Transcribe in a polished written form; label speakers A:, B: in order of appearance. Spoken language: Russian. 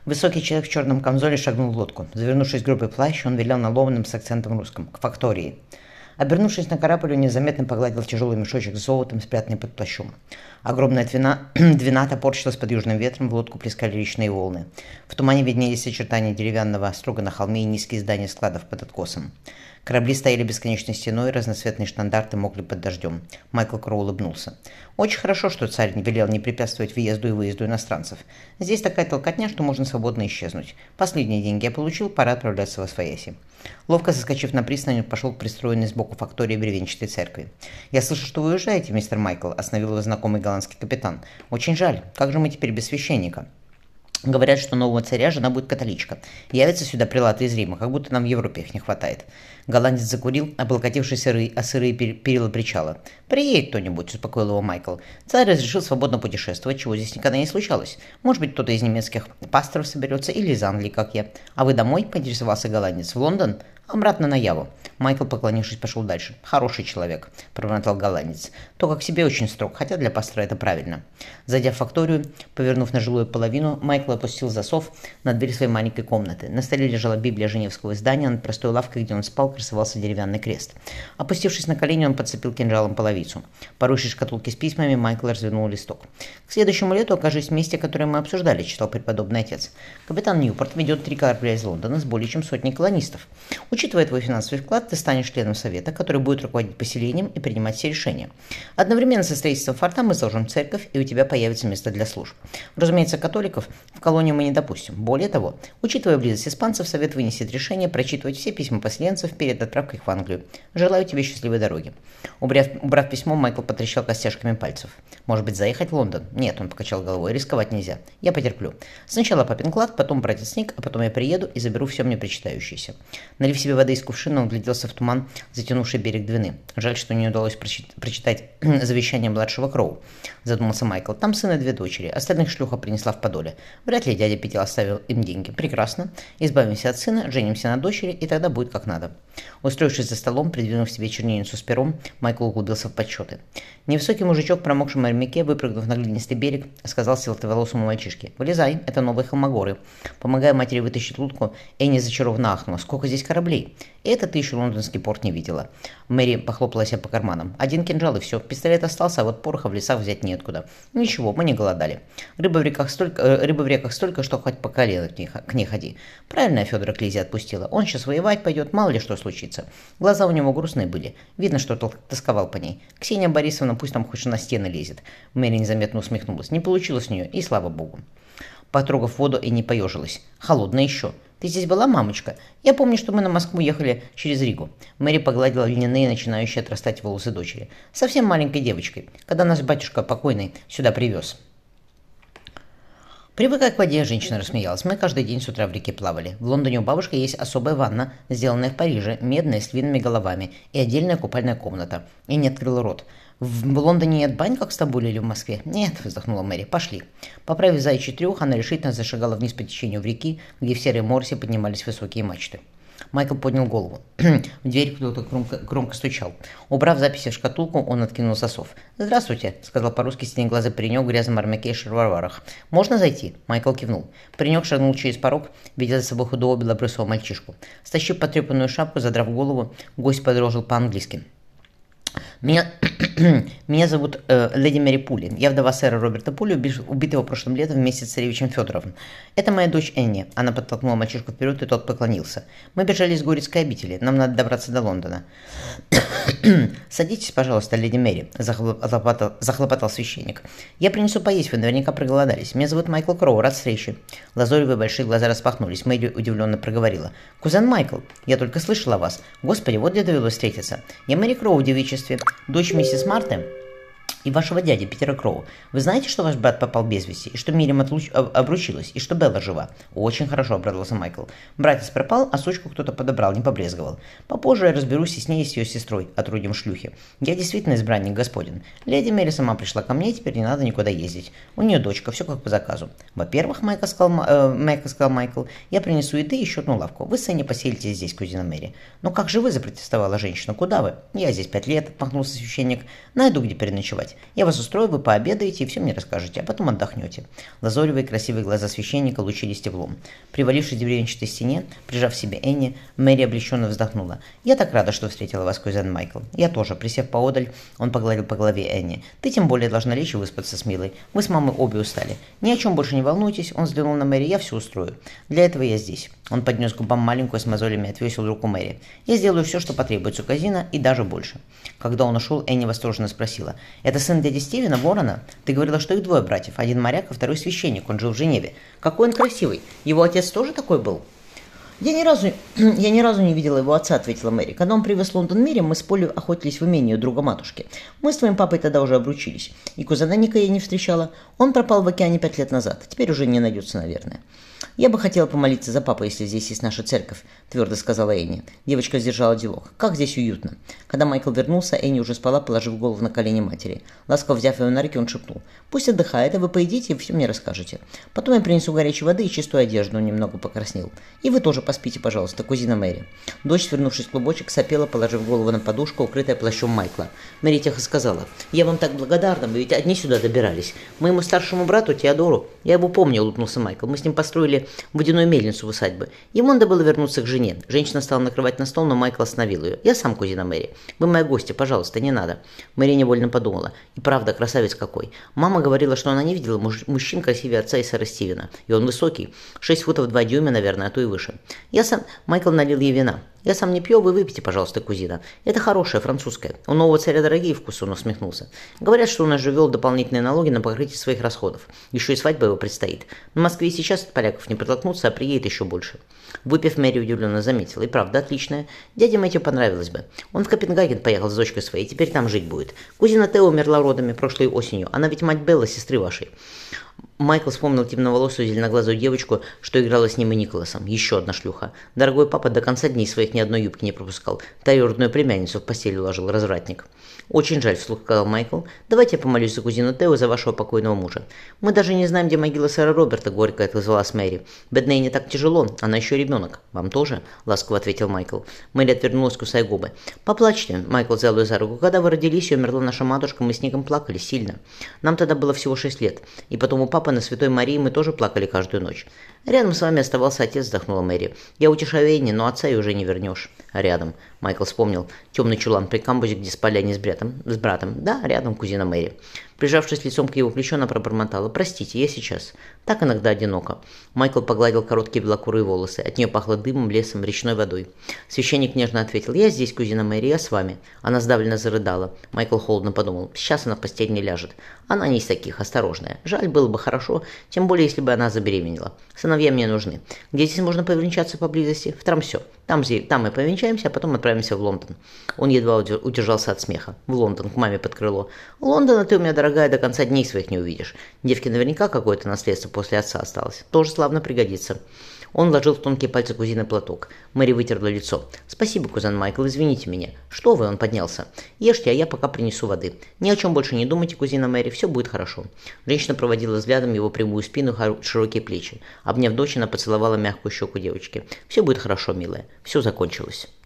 A: Высокий человек в черном камзоле шагнул в лодку. Завернувшись в грубый плащ, он велел на ломаном с акцентом русском «к фактории». Обернувшись на корабль, он незаметно погладил тяжелый мешочек с золотом, спрятанный под плащом. Огромная двина топорщилась под южным ветром, в лодку плескали речные волны. В тумане виднелись очертания деревянного острога на холме и низкие здания складов под откосом. Корабли стояли бесконечной стеной, разноцветные штандарты мокли под дождем. Майкл Кроу улыбнулся. Очень хорошо, что царь не велел не препятствовать въезду и выезду иностранцев. Здесь такая толкотня, что можно свободно исчезнуть. Последние деньги я получил, пора отправляться во свояси. Ловко соскочив на пристань, он пошел к пристроенной сбоку фактории бревенчатой церкви. «Я слышу, что вы уезжаете, мистер Майкл», — остановил его знакомый голландский капитан. «Очень жаль. Как же мы теперь без священника?» Говорят, что нового царя жена будет католичка. Явятся сюда прилаты из Рима, как будто нам в Европе их не хватает. Голландец закурил, облокотившись о сырые перила причала. «Приедет кто-нибудь», — успокоил его Майкл. «Царь разрешил свободно путешествовать, чего здесь никогда не случалось. Может быть, кто-то из немецких пасторов соберется или из Англии, как я. А вы домой?» — поинтересовался голландец. «В Лондон?» «Обратно на Яву». Майкл, поклонившись, пошел дальше. «Хороший человек», — пробормотал голландец. «Только к себе очень строг, хотя для пастора это правильно». Зайдя в факторию, повернув на жилую половину, Майкл опустил засов на дверь своей маленькой комнаты. На столе лежала Библия Женевского издания, а над простой лавкой, где он спал, красовался деревянный крест. Опустившись на колени, он подцепил кинжалом половицу. Порывшись в шкатулке с письмами, Майкл развернул листок. «К следующему лету окажусь в месте, которое мы обсуждали», — читал преподобный отец. «Капитан Ньюпорт ведет 3 корабля из Лондона с более чем сотней колонистов. Учитывая твой финансовый вклад, ты станешь членом совета, который будет руководить поселением и принимать все решения. Одновременно со строительством форта мы заложим церковь, и у тебя появится место для служб. Разумеется, католиков в колонию мы не допустим. Более того, учитывая близость испанцев, совет вынесет решение прочитывать все письма поселенцев перед отправкой их в Англию. Желаю тебе счастливой дороги». Убрав письмо, Майкл потрещал костяшками пальцев. «Может быть, заехать в Лондон?» «Нет», — он покачал головой, — «рисковать нельзя. Я потерплю. Сначала папин клад, потом братец Ник, а потом я приеду и заберу все мне причитающееся». Налив себе воды из кувшина, он гляделся в туман, затянувший берег Двины. «Жаль, что не удалось прочитать завещание младшего Кроу», — задумался Майкл. «Там сын и 2 дочери. Остальных шлюха принесла в подоле. Вряд ли дядя Питер оставил им деньги. Прекрасно. Избавимся от сына, женимся на дочери, и тогда будет как надо». Устроившись за столом, придвинув себе чернильницу с пером, Майкл углубился в подсчеты. Невысокий мужичок в промокшем армяке, выпрыгнув на глинистый берег, сказал силоволосому мальчишке: «Вылезай, это новые холмогоры». Помогая матери вытащить лодку, Энни зачарованно ахнула: «Сколько здесь кораблей?» «И это ты еще лондонский порт не видела». Мэри похлопала себя по карманам. «1 кинжал и все. Пистолет остался, а вот пороха в лесах взять неоткуда. Ничего, мы не голодали. Рыбы в реках столько, что хоть по колено к ней ходи». Правильно Федора Клизи отпустила. Он сейчас воевать пойдет, мало ли что случится. Глаза у него грустные были. Видно, что тосковал по ней. Ксения Борисовна пусть там хоть на стены лезет. Мэри незаметно усмехнулась. Не получилось у нее, и слава богу. Потрогав воду, и не поежилась. «Холодно еще. Ты здесь была, мамочка? Я помню, что мы на Москву ехали через Ригу». Мэри погладила льняные, начинающие отрастать волосы дочери. «Совсем маленькой девочкой, когда наш батюшка покойный сюда привез». «Привыкай к воде», — женщина рассмеялась. «Мы каждый день с утра в реке плавали. В Лондоне у бабушки есть особая ванна, сделанная в Париже, медная, с львиными головами, и отдельная купальная комната». И не открыла рот. «В Лондоне нет бань, как в Стамбуле или в Москве?» «Нет», — вздохнула Мэри. «Пошли». Поправив заячий трюх, она решительно зашагала вниз по течению в реки, где в серой морсе поднимались высокие мачты. Майкл поднял голову. В дверь кто-то громко стучал. Убрав записи в шкатулку, он откинул засов. «Здравствуйте», — сказал по-русски синеглазый паренек в грязном армяке и шароварах. «Можно зайти?» Майкл кивнул. Паренек шагнул через порог, видя за собой худого белобрысого мальчишку. Стащив потрепанную шапку, задрав голову, гость продолжил по-английски. Меня зовут леди Мэри Пули. Я вдова сэра Роберта Пули, убитого прошлым летом вместе с царевичем Федоровым. Это моя дочь Энни». Она подтолкнула мальчишку вперед, и тот поклонился. «Мы бежали из Горецкой обители. Нам надо добраться до Лондона». «Садитесь, пожалуйста, леди Мэри», — захлопотал священник. «Я принесу поесть, вы наверняка проголодались. Меня зовут Майкл Кроу, рад встрече». Лазоревые большие глаза распахнулись. Мэри удивленно проговорила: «Кузен Майкл, я только слышала о вас. Господи, вот где довелось встретиться. Я Мэри Кроу в девичестве, дочь миссис Марты и вашего дяди Питера Кроу. Вы знаете, что ваш брат попал без вести, и что Мириам обручилась, и что Белла жива?» «Очень хорошо», — обрадовался Майкл. «Братец пропал, а сучку кто-то подобрал, не побрезговал. Попозже я разберусь и с ней, и с ее сестрой, отродьем шлюхи. Я действительно избранник господин. Леди Мэри сама пришла ко мне, теперь не надо никуда ездить. У нее дочка, все как по заказу. Во-первых, Майкл сказал Майкл, я принесу еды и счетную лавку. Вы с Энни поселитесь здесь, кузина Мэри». «Но как же вы?» — запротестовала женщина. «Куда вы?» «Я здесь 5 лет», — отмахнулся священник. «Найду, где переночевать. Я вас устрою, вы пообедаете и все мне расскажете, а потом отдохнете». Лазоревые красивые глаза священника лучились теплом. Привалившись к деревенчатой стене, прижав к себе Энни, Мэри облегченно вздохнула. «Я так рада, что встретила вас, кузен Майкл». «Я тоже». Присев поодаль, он погладил по голове Энни. «Ты тем более должна лечь и выспаться с Милой. Мы с мамой обе устали. Ни о чем больше не волнуйтесь», он взглянул на Мэри, «я все устрою. Для этого я здесь». Он поднес к губам маленькую с мозолями и отвесил руку Мэри. «Я сделаю все, что потребуется у кузина, и даже больше». Когда он ушел, Энни восторженно спросила. «Это сын дяди Стивена, Ворона? Ты говорила, что их двое братьев. Один моряк, а второй священник. Он жил в Женеве. Какой он красивый. Его отец тоже такой был?» «Я ни разу не видела его отца», — ответила Мэри. «Когда он привез Лондон Мэри, мы с Полли охотились в имении у друга матушки. Мы с твоим папой тогда уже обручились. И кузена Ника я не встречала. Он пропал в океане 5 лет назад. Теперь уже не найдется, наверное». «Я бы хотела помолиться за папу, если здесь есть наша церковь», — твердо сказала Энни. Девочка сдержала зевок. «Как здесь уютно». Когда Майкл вернулся, Энни уже спала, положив голову на колени матери. Ласково взяв ее на руки, он шепнул. «Пусть отдыхает, а вы поедите и все мне расскажете. Потом я принесу горячей воды и чистую одежду», — он немного покраснел. «И вы тоже поспите, пожалуйста, кузина Мэри». Дочь, свернувшись в клубочек, сопела, положив голову на подушку, укрытая плащом Майкла. Мэри тихо сказала. «Я вам так благодарна, вы ведь одни сюда добирались. Моему старшему брату Теодору, я его помню», — улыбнулся Майкл. «Мы с ним построили водяную мельницу в усадьбе. Ему надо было вернуться к жене. Женщина стала накрывать на стол, но Майкл остановил ее. «Я сам, кузина Мэри. Вы моя гостья, пожалуйста, не надо». Мэри невольно подумала. И правда, красавец какой. Мама говорила, что она не видела мужчин красивее отца и сэра Стивена. И он высокий. 6 футов 2 дюйма, наверное, а то и выше. Майкл налил ей вина. «Я сам не пью, вы выпейте, пожалуйста, кузина. Это хорошее, французское. У нового царя дорогие вкусы», он усмехнулся. «Говорят, что он уже ввел дополнительные налоги на покрытие своих расходов. Еще и свадьба его предстоит. В Москве сейчас от поляков не протолкнуться, а приедет еще больше». Выпив, Мэри удивленно заметила. «И правда, отличная. Дяде Мэтью понравилось бы. Он в Копенгаген поехал с дочкой своей, теперь там жить будет. Кузина Тео умерла родами прошлой осенью. Она ведь мать Белла, сестры вашей». Майкл вспомнил темноволосую зеленоглазую девочку, что играла с ним и Николасом. Еще одна шлюха. Дорогой папа до конца дней своих ни одной юбки не пропускал. Троюродную племянницу в постель уложил развратник. «Очень жаль», — вслух сказал Майкл. «Давайте я помолюсь за кузину Тео и за вашего покойного мужа». «Мы даже не знаем, где могила сэра Роберта», — горько отозвалась Мэри. «Беднее не так тяжело, она еще ребенок». «Вам тоже?» — ласково ответил Майкл. Мэри отвернулась, кусая губы. «Поплачьте», — Майкл взял ее за руку. «Когда вы родились и умерла наша матушка, мы с Ником плакали сильно. Нам тогда было всего 6 лет. И потом у папы на Святой Марии мы тоже плакали каждую ночь. Рядом с вами оставался отец», — вздохнула Мэри. «Я утешаю Энни, но отца и уже не вернешь». «Рядом», — Майкл вспомнил. «Темный чулан при камбузе, где спали они с братом. Да, рядом, кузина Мэри». Прижавшись лицом к его плечу, она пробормотала. «Простите, я сейчас. Так иногда одиноко». Майкл погладил короткие белокурые волосы. От нее пахло дымом, лесом, речной водой. Священник нежно ответил. «Я здесь, кузина Мэри, я с вами». Она сдавленно зарыдала. Майкл холодно подумал. Сейчас она в постель не ляжет. Она не из таких, осторожная. Жаль, было бы хорошо, тем более, если бы она забеременела. Сыновья мне нужны. Где здесь можно повенчаться поблизости? В Трамсё. Там мы повенчаемся, а потом отправимся в Лондон». Он едва удержался от смеха. «В Лондон, к маме под крыло». «Лондона ты у меня, дорогая, до конца дней своих не увидишь. Девке наверняка какое-то наследство после отца осталось. Тоже славно пригодится». Он вложил в тонкие пальцы кузины платок. Мэри вытерла лицо. «Спасибо, кузен Майкл, извините меня». «Что вы?» — он поднялся. «Ешьте, а я пока принесу воды. Ни о чем больше не думайте, кузина Мэри, все будет хорошо». Женщина проводила взглядом его прямую спину и широкие плечи. Обняв дочь, она поцеловала мягкую щеку девочки. «Все будет хорошо, милая. Все закончилось».